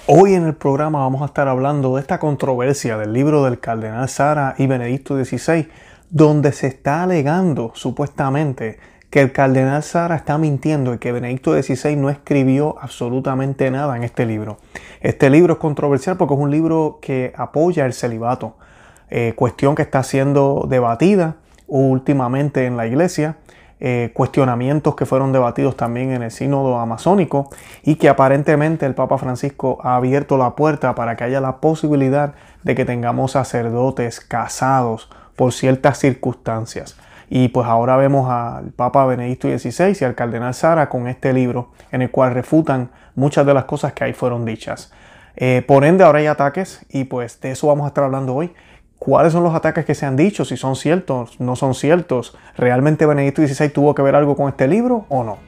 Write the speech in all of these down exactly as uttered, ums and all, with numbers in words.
Hoy en el programa vamos a estar hablando de esta controversia del libro del Cardenal Sara y Benedicto dieciséis, donde se está alegando supuestamente que el Cardenal Sara está mintiendo y que Benedicto dieciséis no escribió absolutamente nada en este libro. Este libro es controversial porque es un libro que apoya el celibato, eh, cuestión que está siendo debatida últimamente en la iglesia. Eh, cuestionamientos que fueron debatidos también en el sínodo amazónico y que aparentemente el Papa Francisco ha abierto la puerta para que haya la posibilidad de que tengamos sacerdotes casados por ciertas circunstancias. Y pues ahora vemos al Papa Benedicto dieciséis y al Cardenal Sara con este libro en el cual refutan muchas de las cosas que ahí fueron dichas. Eh, por ende ahora hay ataques y pues de eso vamos a estar hablando hoy. ¿Cuáles son los ataques que se han dicho? Si son ciertos, no son ciertos. ¿Realmente Benedicto dieciséis tuvo que ver algo con este libro o no?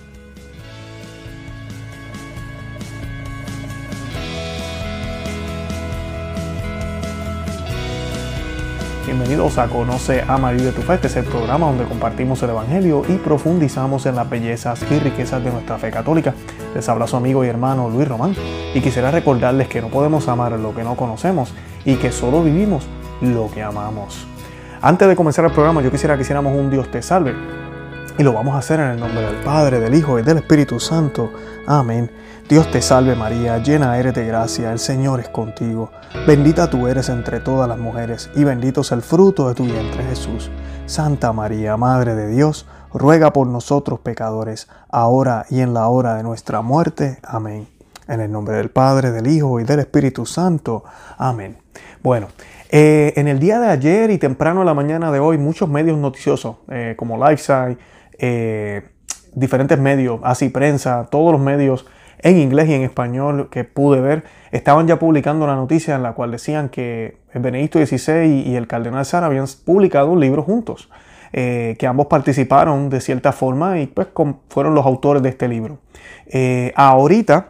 Bienvenidos a Conoce, Ama y Vive tu Fe. Este es el programa donde compartimos el Evangelio y profundizamos en las bellezas y riquezas de nuestra fe católica. Les habla su amigo y hermano Luis Román y quisiera recordarles que no podemos amar lo que no conocemos y que solo vivimos lo que amamos. Antes de comenzar el programa, yo quisiera que hiciéramos un Dios te salve. Y lo vamos a hacer en el nombre del Padre, del Hijo y del Espíritu Santo. Amén. Dios te salve María, llena eres de gracia, el Señor es contigo. Bendita tú eres entre todas las mujeres, y bendito es el fruto de tu vientre Jesús. Santa María, Madre de Dios, ruega por nosotros pecadores, ahora y en la hora de nuestra muerte. Amén. En el nombre del Padre, del Hijo y del Espíritu Santo. Amén. Bueno, eh, en el día de ayer y temprano en la mañana de hoy, muchos medios noticiosos, eh, como Lifesite, eh, diferentes medios, así prensa, todos los medios en inglés y en español que pude ver, estaban ya publicando la noticia en la cual decían que el Benedicto dieciséis y el Cardenal Sara habían publicado un libro juntos, eh, que ambos participaron de cierta forma y pues con, fueron los autores de este libro. Eh, ahorita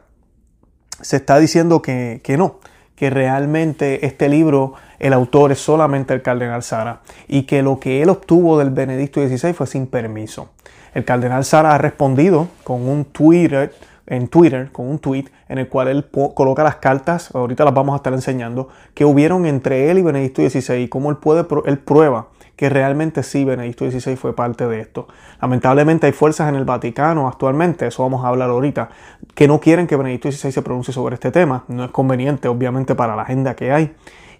se está diciendo que, que no, que realmente este libro, el autor es solamente el Cardenal Sara y que lo que él obtuvo del Benedicto dieciséis fue sin permiso. El Cardenal Sara ha respondido con un Twitter, en Twitter, con un tweet en el cual él coloca las cartas, ahorita las vamos a estar enseñando, que hubieron entre él y Benedicto dieciséis y cómo él, puede, él prueba que realmente sí Benedicto dieciséis fue parte de esto. Lamentablemente hay fuerzas en el Vaticano actualmente, eso vamos a hablar ahorita, que no quieren que Benedicto dieciséis se pronuncie sobre este tema. No es conveniente obviamente para la agenda que hay.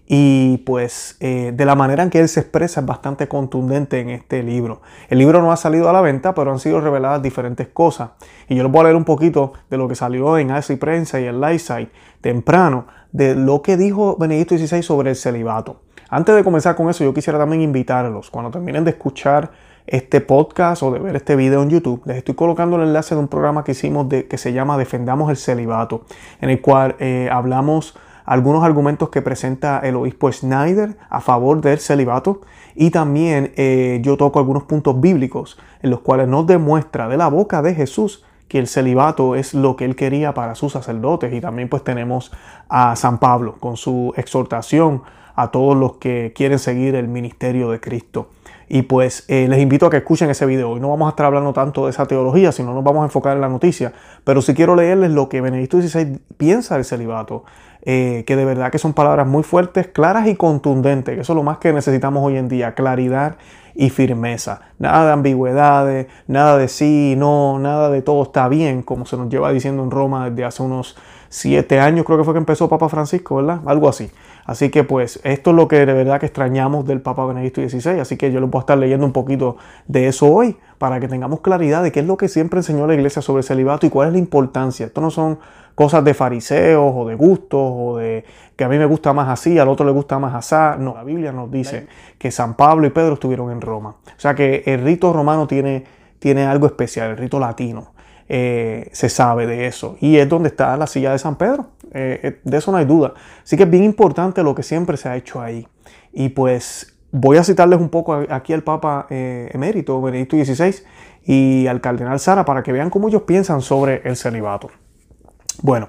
Y pues eh, de la manera en que él se expresa es bastante contundente en este libro. El libro no ha salido a la venta, pero han sido reveladas diferentes cosas. Y yo les voy a leer un poquito de lo que salió en Así Prensa y en Lifesite temprano, de lo que dijo Benedicto dieciséis sobre el celibato. Antes de comenzar con eso, yo quisiera también invitarlos, cuando terminen de escuchar este podcast o de ver este video en YouTube, les estoy colocando el enlace de un programa que hicimos de, que se llama Defendamos el Celibato, en el cual eh, hablamos algunos argumentos que presenta el obispo Schneider a favor del celibato y también eh, yo toco algunos puntos bíblicos en los cuales nos demuestra de la boca de Jesús que el celibato es lo que él quería para sus sacerdotes. Y también pues tenemos a San Pablo con su exhortación a todos los que quieren seguir el ministerio de Cristo. Y pues eh, les invito a que escuchen ese video. Hoy no vamos a estar hablando tanto de esa teología, sino nos vamos a enfocar en la noticia. Pero sí quiero leerles lo que Benedicto dieciséis piensa del celibato, eh, que de verdad que son palabras muy fuertes, claras y contundentes, que eso es lo más que necesitamos hoy en día, claridad y firmeza. Nada de ambigüedades, nada de sí, no, nada de todo está bien, como se nos lleva diciendo en Roma desde hace unos siete años, creo que fue que empezó Papa Francisco, ¿verdad? Algo así. Así que pues esto es lo que de verdad que extrañamos del Papa Benedicto dieciséis, así que yo les voy a estar leyendo un poquito de eso hoy para que tengamos claridad de qué es lo que siempre enseñó la iglesia sobre el celibato y cuál es la importancia. Esto no son cosas de fariseos o de gustos o de que a mí me gusta más así, al otro le gusta más asá. No, la Biblia nos dice que San Pablo y Pedro estuvieron en Roma. O sea que el rito romano tiene, tiene algo especial, el rito latino. Eh, se sabe de eso y es donde está la silla de San Pedro, eh, de eso no hay duda. Así que es bien importante lo que siempre se ha hecho ahí. Y pues voy a citarles un poco aquí al Papa eh, emérito Benedicto dieciséis y al Cardenal Sara para que vean cómo ellos piensan sobre el celibato. Bueno,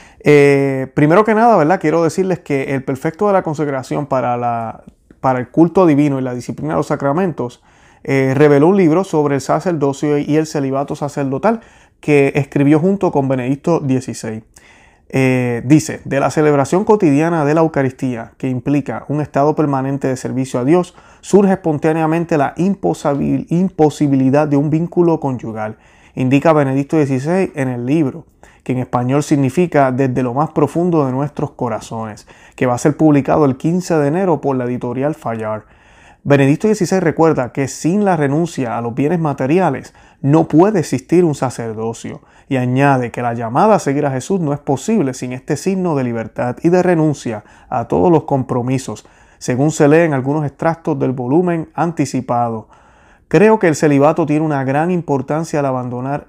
eh, primero que nada, ¿verdad? Quiero decirles que el perfecto de la consagración para, la, para el culto divino y la disciplina de los sacramentos eh, reveló un libro sobre el sacerdocio y el celibato sacerdotal que escribió junto con Benedicto dieciséis. Eh, dice, de la celebración cotidiana de la Eucaristía, que implica un estado permanente de servicio a Dios, surge espontáneamente la imposibil- imposibilidad de un vínculo conyugal, indica Benedicto dieciséis en el libro, que en español significa desde lo más profundo de nuestros corazones, que va a ser publicado el quince de enero por la editorial Fayard. Benedicto dieciséis recuerda que sin la renuncia a los bienes materiales no puede existir un sacerdocio, y añade que la llamada a seguir a Jesús no es posible sin este signo de libertad y de renuncia a todos los compromisos, según se lee en algunos extractos del volumen anticipado. Creo que el celibato tiene una gran importancia al abandonar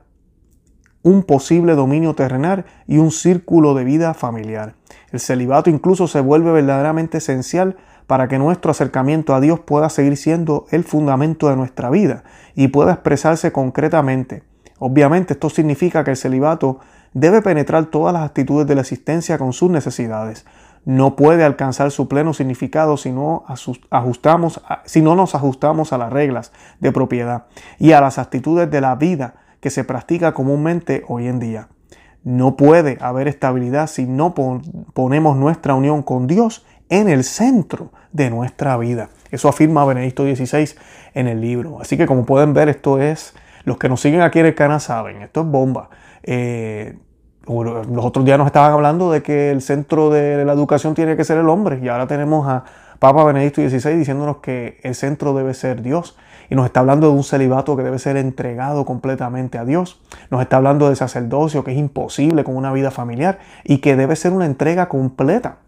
un posible dominio terrenal y un círculo de vida familiar. El celibato incluso se vuelve verdaderamente esencial para que nuestro acercamiento a Dios pueda seguir siendo el fundamento de nuestra vida y pueda expresarse concretamente. Obviamente esto significa que el celibato debe penetrar todas las actitudes de la existencia con sus necesidades. No puede alcanzar su pleno significado si no, ajustamos, si no nos ajustamos a las reglas de propiedad y a las actitudes de la vida que se practica comúnmente hoy en día. No puede haber estabilidad si no ponemos nuestra unión con Dios en el centro de nuestra vida. Eso afirma Benedicto dieciséis en el libro. Así que como pueden ver, esto es, los que nos siguen aquí en el canal saben, esto es bomba. Eh, los otros días nos estaban hablando de que el centro de la educación tiene que ser el hombre, y ahora tenemos a Papa Benedicto dieciséis diciéndonos que el centro debe ser Dios. Y nos está hablando de un celibato que debe ser entregado completamente a Dios. Nos está hablando de sacerdocio que es imposible con una vida familiar y que debe ser una entrega completa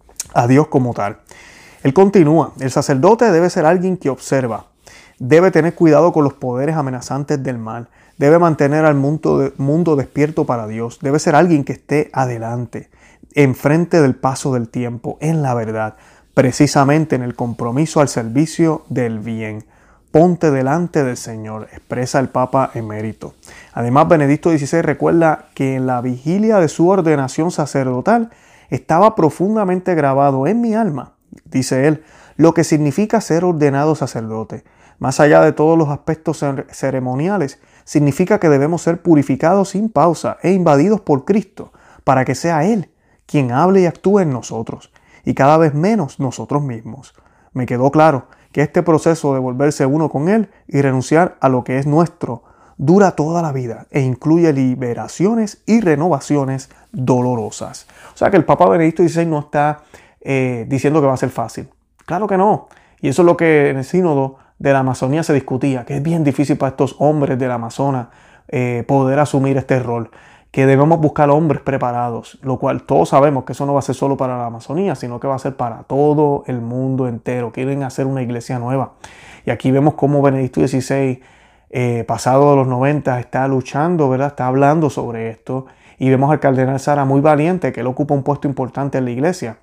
a Dios como tal. Él continúa, el sacerdote debe ser alguien que observa, debe tener cuidado con los poderes amenazantes del mal, debe mantener al mundo, mundo despierto para Dios, debe ser alguien que esté adelante, enfrente del paso del tiempo, en la verdad, precisamente en el compromiso al servicio del bien. Ponte delante del Señor, expresa el Papa emérito. Además, Benedicto dieciséis recuerda que en la vigilia de su ordenación sacerdotal estaba profundamente grabado en mi alma, dice él, lo que significa ser ordenado sacerdote. Más allá de todos los aspectos ceremoniales, significa que debemos ser purificados sin pausa e invadidos por Cristo, para que sea Él quien hable y actúe en nosotros, y cada vez menos nosotros mismos. Me quedó claro que este proceso de volverse uno con Él y renunciar a lo que es nuestro dura toda la vida e incluye liberaciones y renovaciones dolorosas. O sea que el Papa Benedicto dieciséis no está eh, diciendo que va a ser fácil. Claro que no. Y eso es lo que en el sínodo de la Amazonía se discutía, que es bien difícil para estos hombres del Amazonas eh, poder asumir este rol, que debemos buscar hombres preparados, lo cual todos sabemos que eso no va a ser solo para la Amazonía, sino que va a ser para todo el mundo entero. Quieren hacer una iglesia nueva. Y aquí vemos cómo Benedicto dieciséis, eh, pasado de los noventa, está luchando, ¿verdad? Está hablando sobre esto. Y vemos al cardenal Sara muy valiente, que él ocupa un puesto importante en la iglesia.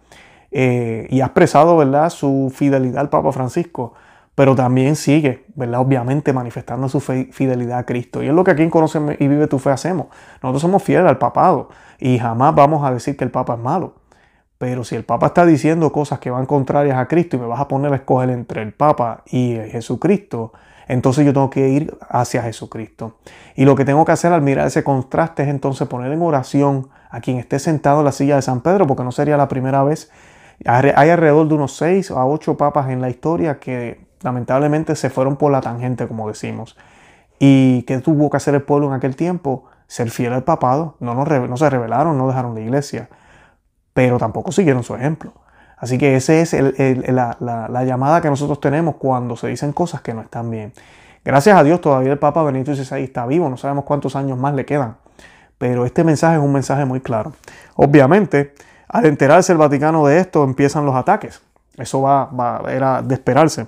Eh, y ha expresado, ¿verdad?, su fidelidad al Papa Francisco, pero también sigue, ¿verdad?, obviamente manifestando su fe, fidelidad a Cristo. Y es lo que aquí en Conoce y Vive tu Fe hacemos. Nosotros somos fieles al papado y jamás vamos a decir que el Papa es malo. Pero si el Papa está diciendo cosas que van contrarias a Cristo y me vas a poner a escoger entre el Papa y Jesucristo, entonces yo tengo que ir hacia Jesucristo. Y lo que tengo que hacer al mirar ese contraste es entonces poner en oración a quien esté sentado en la silla de San Pedro, porque no sería la primera vez. Hay alrededor de unos seis a ocho papas en la historia que lamentablemente se fueron por la tangente, como decimos. ¿Y qué tuvo que hacer el pueblo en aquel tiempo? Ser fiel al papado. No, nos, no se rebelaron, no dejaron la iglesia, pero tampoco siguieron su ejemplo. Así que esa es el, el, la, la, la llamada que nosotros tenemos cuando se dicen cosas que no están bien. Gracias a Dios todavía el Papa Benedicto dieciséis está vivo, no sabemos cuántos años más le quedan, pero este mensaje es un mensaje muy claro. Obviamente, al enterarse el Vaticano de esto, empiezan los ataques. Eso va, va, era de esperarse.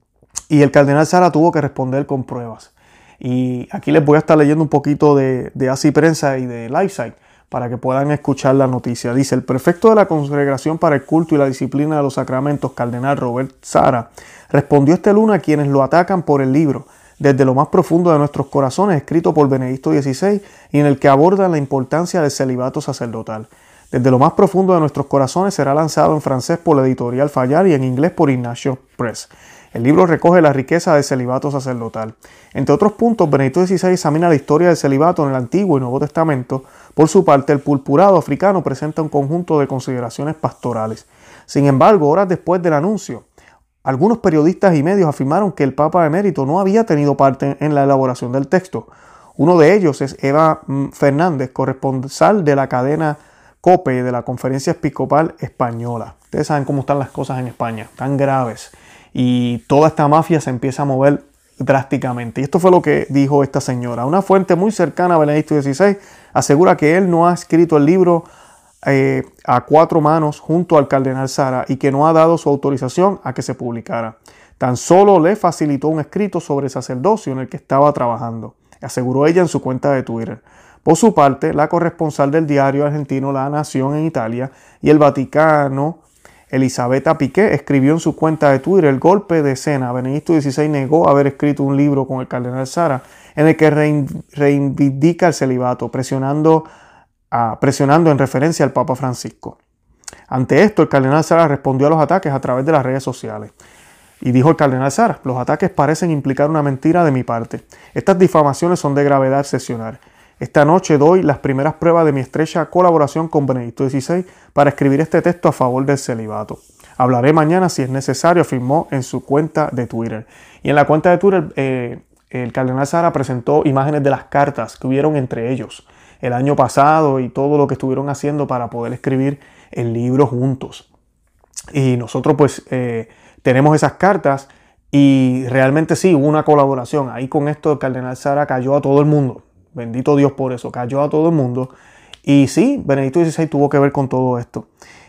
Y el cardenal Sara tuvo que responder con pruebas. Y aquí les voy a estar leyendo un poquito de, de Así Prensa y de LifeSite para que puedan escuchar la noticia. Dice, el prefecto de la Congregación para el Culto y la Disciplina de los Sacramentos, cardenal Robert Sara, respondió este lunes a quienes lo atacan por el libro Desde lo más profundo de nuestros corazones, escrito por Benedicto dieciséis y en el que aborda la importancia del celibato sacerdotal. Desde lo más profundo de nuestros corazones será lanzado en francés por la editorial Fayard y en inglés por Ignacio Press. El libro recoge la riqueza del celibato sacerdotal. Entre otros puntos, Benedicto dieciséis examina la historia del celibato en el Antiguo y Nuevo Testamento. Por su parte, el purpurado africano presenta un conjunto de consideraciones pastorales. Sin embargo, horas después del anuncio, algunos periodistas y medios afirmaron que el Papa emérito no había tenido parte en la elaboración del texto. Uno de ellos es Eva Fernández, corresponsal de la cadena COPE de la Conferencia Episcopal Española. Ustedes saben cómo están las cosas en España, tan graves. Y toda esta mafia se empieza a mover drásticamente. Y esto fue lo que dijo esta señora. Una fuente muy cercana a Benedicto dieciséis asegura que él no ha escrito el libro eh, a cuatro manos junto al cardenal Sara y que no ha dado su autorización a que se publicara. Tan solo le facilitó un escrito sobre el sacerdocio en el que estaba trabajando, aseguró ella en su cuenta de Twitter. Por su parte, la corresponsal del diario argentino La Nación en Italia y el Vaticano, Elisabetta Piqué, escribió en su cuenta de Twitter el golpe de escena. Benedicto dieciséis negó haber escrito un libro con el cardenal Sara en el que reivindica el celibato, presionando, a, presionando en referencia al Papa Francisco. Ante esto, el cardenal Sara respondió a los ataques a través de las redes sociales. Y dijo el cardenal Sara: los ataques parecen implicar una mentira de mi parte. Estas difamaciones son de gravedad excepcional. Esta noche doy las primeras pruebas de mi estrecha colaboración con Benedicto dieciséis para escribir este texto a favor del celibato. Hablaré mañana si es necesario, afirmó en su cuenta de Twitter. Y en la cuenta de Twitter, eh, el cardenal Sara presentó imágenes de las cartas que hubieron entre ellos el año pasado y todo lo que estuvieron haciendo para poder escribir el libro juntos. Y nosotros pues eh, tenemos esas cartas y realmente sí, hubo una colaboración. Ahí con esto el cardenal Sara cayó a todo el mundo. Bendito Dios por eso, cayó a todo el mundo. Y sí, Benedicto dieciséis tuvo que ver con todo esto.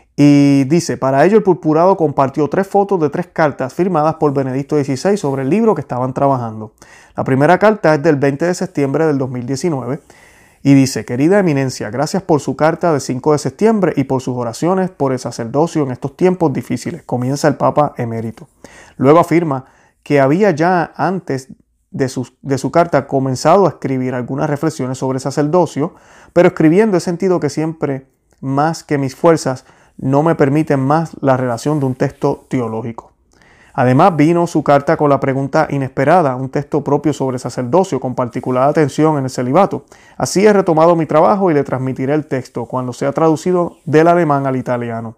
Y dice: para ello el purpurado compartió tres fotos de tres cartas firmadas por Benedicto dieciséis sobre el libro que estaban trabajando. La primera carta es del veinte de septiembre del dos mil diecinueve y dice: querida eminencia, gracias por su carta del cinco de septiembre y por sus oraciones por el sacerdocio en estos tiempos difíciles. Comienza el Papa emérito. Luego afirma que había ya antes De su, de su carta comenzado a escribir algunas reflexiones sobre el sacerdocio, pero escribiendo he sentido que siempre más que mis fuerzas no me permiten más la relación de un texto teológico. Además vino su carta con la pregunta inesperada, un texto propio sobre el sacerdocio con particular atención en el celibato. Así he retomado mi trabajo y le transmitiré el texto cuando sea traducido del alemán al italiano.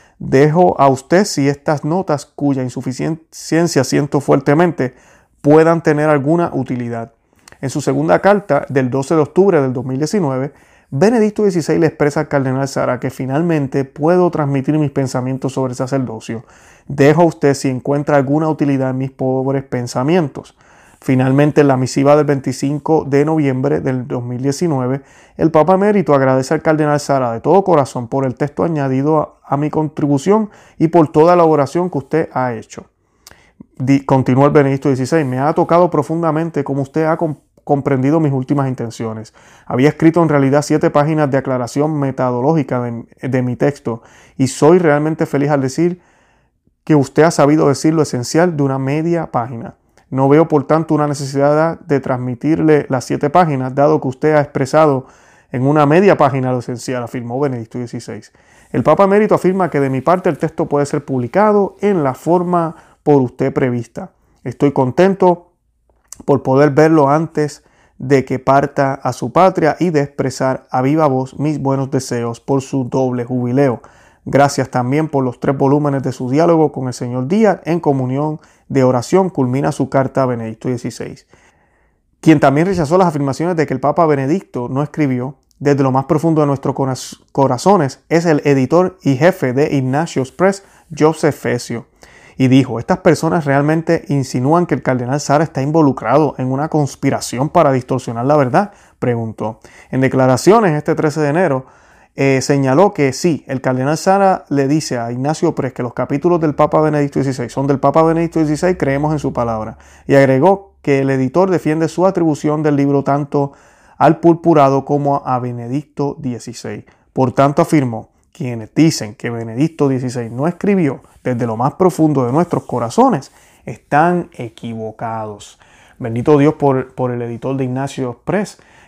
Dejo a usted si estas notas, cuya insuficiencia siento fuertemente, puedan tener alguna utilidad. En su segunda carta del doce de octubre del dos mil diecinueve, Benedicto dieciséis le expresa al cardenal Sara que finalmente puedo transmitir mis pensamientos sobre el sacerdocio. Dejo a usted si encuentra alguna utilidad en mis pobres pensamientos. Finalmente, en la misiva del veinticinco de noviembre del dos mil diecinueve, el Papa emérito agradece al cardenal Sara de todo corazón por el texto añadido a, a mi contribución y por toda la oración que usted ha hecho. Continuó el Benedicto dieciséis: me ha tocado profundamente cómo usted ha comp- comprendido mis últimas intenciones. Había escrito en realidad siete páginas de aclaración metodológica de, de mi texto y soy realmente feliz al decir que usted ha sabido decir lo esencial de una media página. No veo por tanto una necesidad de transmitirle las siete páginas, dado que usted ha expresado en una media página lo esencial, afirmó Benedicto dieciséis. El Papa emérito afirma que de mi parte el texto puede ser publicado en la forma por usted prevista. Estoy contento por poder verlo antes de que parta a su patria y de expresar a viva voz mis buenos deseos por su doble jubileo. Gracias también por los tres volúmenes de su diálogo con el señor Díaz en comunión de oración, culmina su carta a Benedicto dieciséis. Quien también rechazó las afirmaciones de que el Papa Benedicto no escribió desde lo más profundo de nuestros corazones es el editor y jefe de Ignatius Press, Joseph Fessio. Y dijo: estas personas realmente insinúan que el cardenal Sara está involucrado en una conspiración para distorsionar la verdad, preguntó. En declaraciones este trece de enero eh, señaló que sí, el cardenal Sara le dice a Ignacio Press que los capítulos del Papa Benedicto dieciséis son del Papa Benedicto dieciséis, creemos en su palabra. Y agregó que el editor defiende su atribución del libro tanto al purpurado como a Benedicto dieciséis. Por tanto afirmó: quienes dicen que Benedicto dieciséis no escribió desde lo más profundo de nuestros corazones están equivocados. Bendito Dios por, por el editor de Ignatius Press.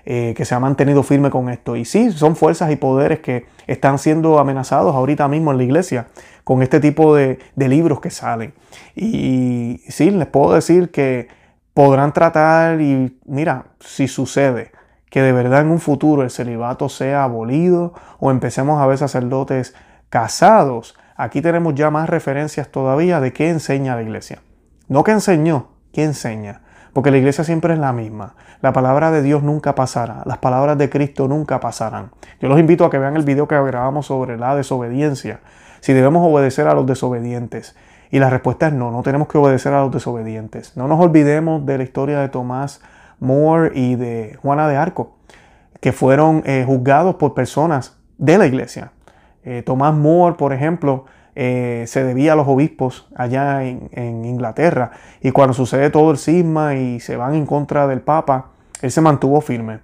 eh, que se ha mantenido firme con esto. Y sí, son fuerzas y poderes que están siendo amenazados ahorita mismo en la iglesia con este tipo de, de libros que salen. Y sí, les puedo decir que podrán tratar y mira, si sucede que de verdad en un futuro el celibato sea abolido o empecemos a ver sacerdotes casados, aquí tenemos ya más referencias todavía de qué enseña la iglesia. No qué enseñó, qué enseña. Porque la iglesia siempre es la misma. La palabra de Dios nunca pasará. Las palabras de Cristo nunca pasarán. Yo los invito a que vean el video que grabamos sobre la desobediencia. Si debemos obedecer a los desobedientes. Y la respuesta es no, no tenemos que obedecer a los desobedientes. No nos olvidemos de la historia de Tomás More y de Juana de Arco, que fueron eh, juzgados por personas de la iglesia. Eh, Tomás More, por ejemplo, eh, se debía a los obispos allá en, en Inglaterra, y cuando sucede todo el cisma y se van en contra del Papa, él se mantuvo firme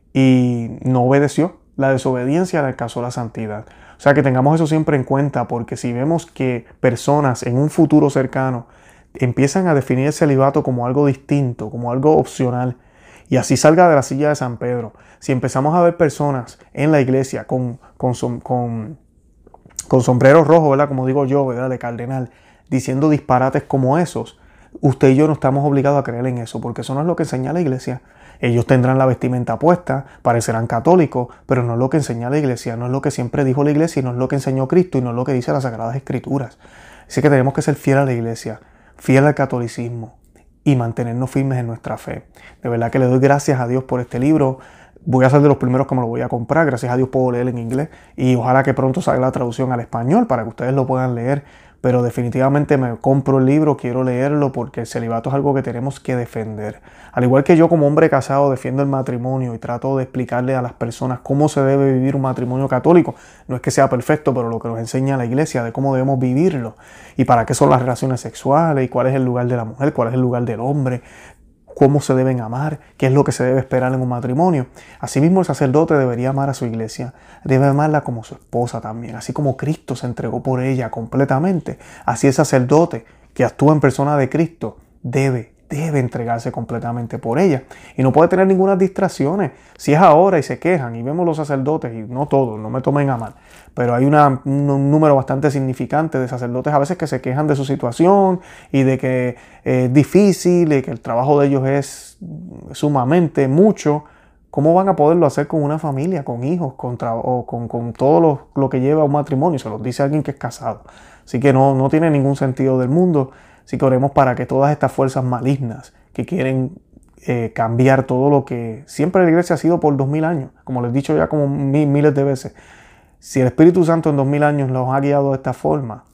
y no obedeció. La desobediencia le alcanzó la santidad. O sea que tengamos eso siempre en cuenta, porque si vemos que personas en un futuro cercano empiezan a definir el celibato como algo distinto, como algo opcional, y así salga de la silla de San Pedro, si empezamos a ver personas en la iglesia con, con, con, con sombreros rojos, ¿verdad? Como digo yo, ¿verdad? De cardenal, diciendo disparates como esos, usted y yo no estamos obligados a creer en eso, porque eso no es lo que enseña la iglesia. Ellos tendrán la vestimenta puesta, parecerán católicos, pero no es lo que enseña la iglesia, no es lo que siempre dijo la iglesia, y no es lo que enseñó Cristo, y no es lo que dice las Sagradas Escrituras. Así que tenemos que ser fieles a la iglesia, fieles al catolicismo, y mantenernos firmes en nuestra fe. De verdad que le doy gracias a Dios por este libro. Voy a ser de los primeros que me lo voy a comprar. Gracias a Dios puedo leer en inglés, y ojalá que pronto salga la traducción al español para que ustedes lo puedan leer. Pero definitivamente me compro el libro, quiero leerlo, porque el celibato es algo que tenemos que defender. Al igual que yo como hombre casado defiendo el matrimonio y trato de explicarle a las personas cómo se debe vivir un matrimonio católico. No es que sea perfecto, pero lo que nos enseña la iglesia de cómo debemos vivirlo y para qué son las relaciones sexuales y cuál es el lugar de la mujer, cuál es el lugar del hombre, cómo se deben amar, qué es lo que se debe esperar en un matrimonio. Asimismo, el sacerdote debería amar a su iglesia, debe amarla como su esposa también, así como Cristo se entregó por ella completamente. Así el sacerdote que actúa en persona de Cristo debe, debe entregarse completamente por ella, y no puede tener ninguna distracciones. Si es ahora y se quejan, y vemos los sacerdotes, y no todos, no me tomen a mal, pero hay una, un, un número bastante significante de sacerdotes a veces que se quejan de su situación y de que es difícil y que el trabajo de ellos es sumamente mucho. ¿Cómo van a poderlo hacer con una familia, con hijos, con, o con, con todo lo, lo que lleva un matrimonio? Se los dice alguien que es casado. Así que no, no tiene ningún sentido del mundo. Así que oremos para que todas estas fuerzas malignas que quieren eh, cambiar todo lo que siempre la iglesia ha sido por dos mil años, como les he dicho ya como mil, miles de veces, si el Espíritu Santo en dos mil años los ha guiado de esta forma,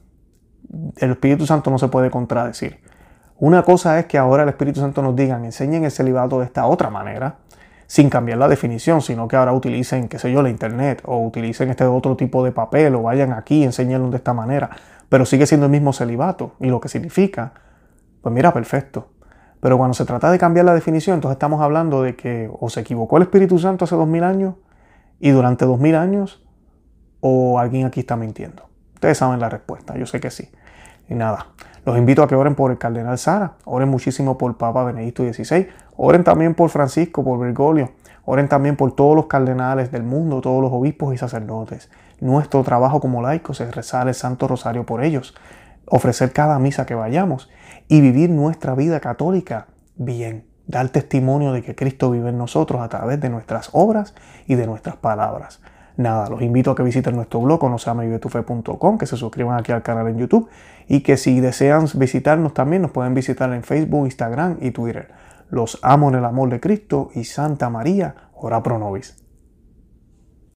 el Espíritu Santo no se puede contradecir. Una cosa es que ahora el Espíritu Santo nos diga, enseñen el celibato de esta otra manera, sin cambiar la definición, sino que ahora utilicen, qué sé yo, la internet, o utilicen este otro tipo de papel, o vayan aquí y enséñenlo de esta manera, pero sigue siendo el mismo celibato, y lo que significa, pues mira, perfecto. Pero cuando se trata de cambiar la definición, entonces estamos hablando de que o se equivocó el Espíritu Santo hace dos mil años, y durante dos mil años, o alguien aquí está mintiendo. Ustedes saben la respuesta, yo sé que sí. Y nada, los invito a que oren por el cardenal Sara, oren muchísimo por Papa Benedicto dieciséis, oren también por Francisco, por Bergoglio, oren también por todos los cardenales del mundo, todos los obispos y sacerdotes. Nuestro trabajo como laicos es rezar el Santo Rosario por ellos, ofrecer cada misa que vayamos y vivir nuestra vida católica bien, dar testimonio de que Cristo vive en nosotros a través de nuestras obras y de nuestras palabras. Nada, los invito a que visiten nuestro blog conoceame vive tu fe punto com, que se suscriban aquí al canal en YouTube y que si desean visitarnos también nos pueden visitar en Facebook, Instagram y Twitter. Los amo en el amor de Cristo y Santa María, ora pro nobis.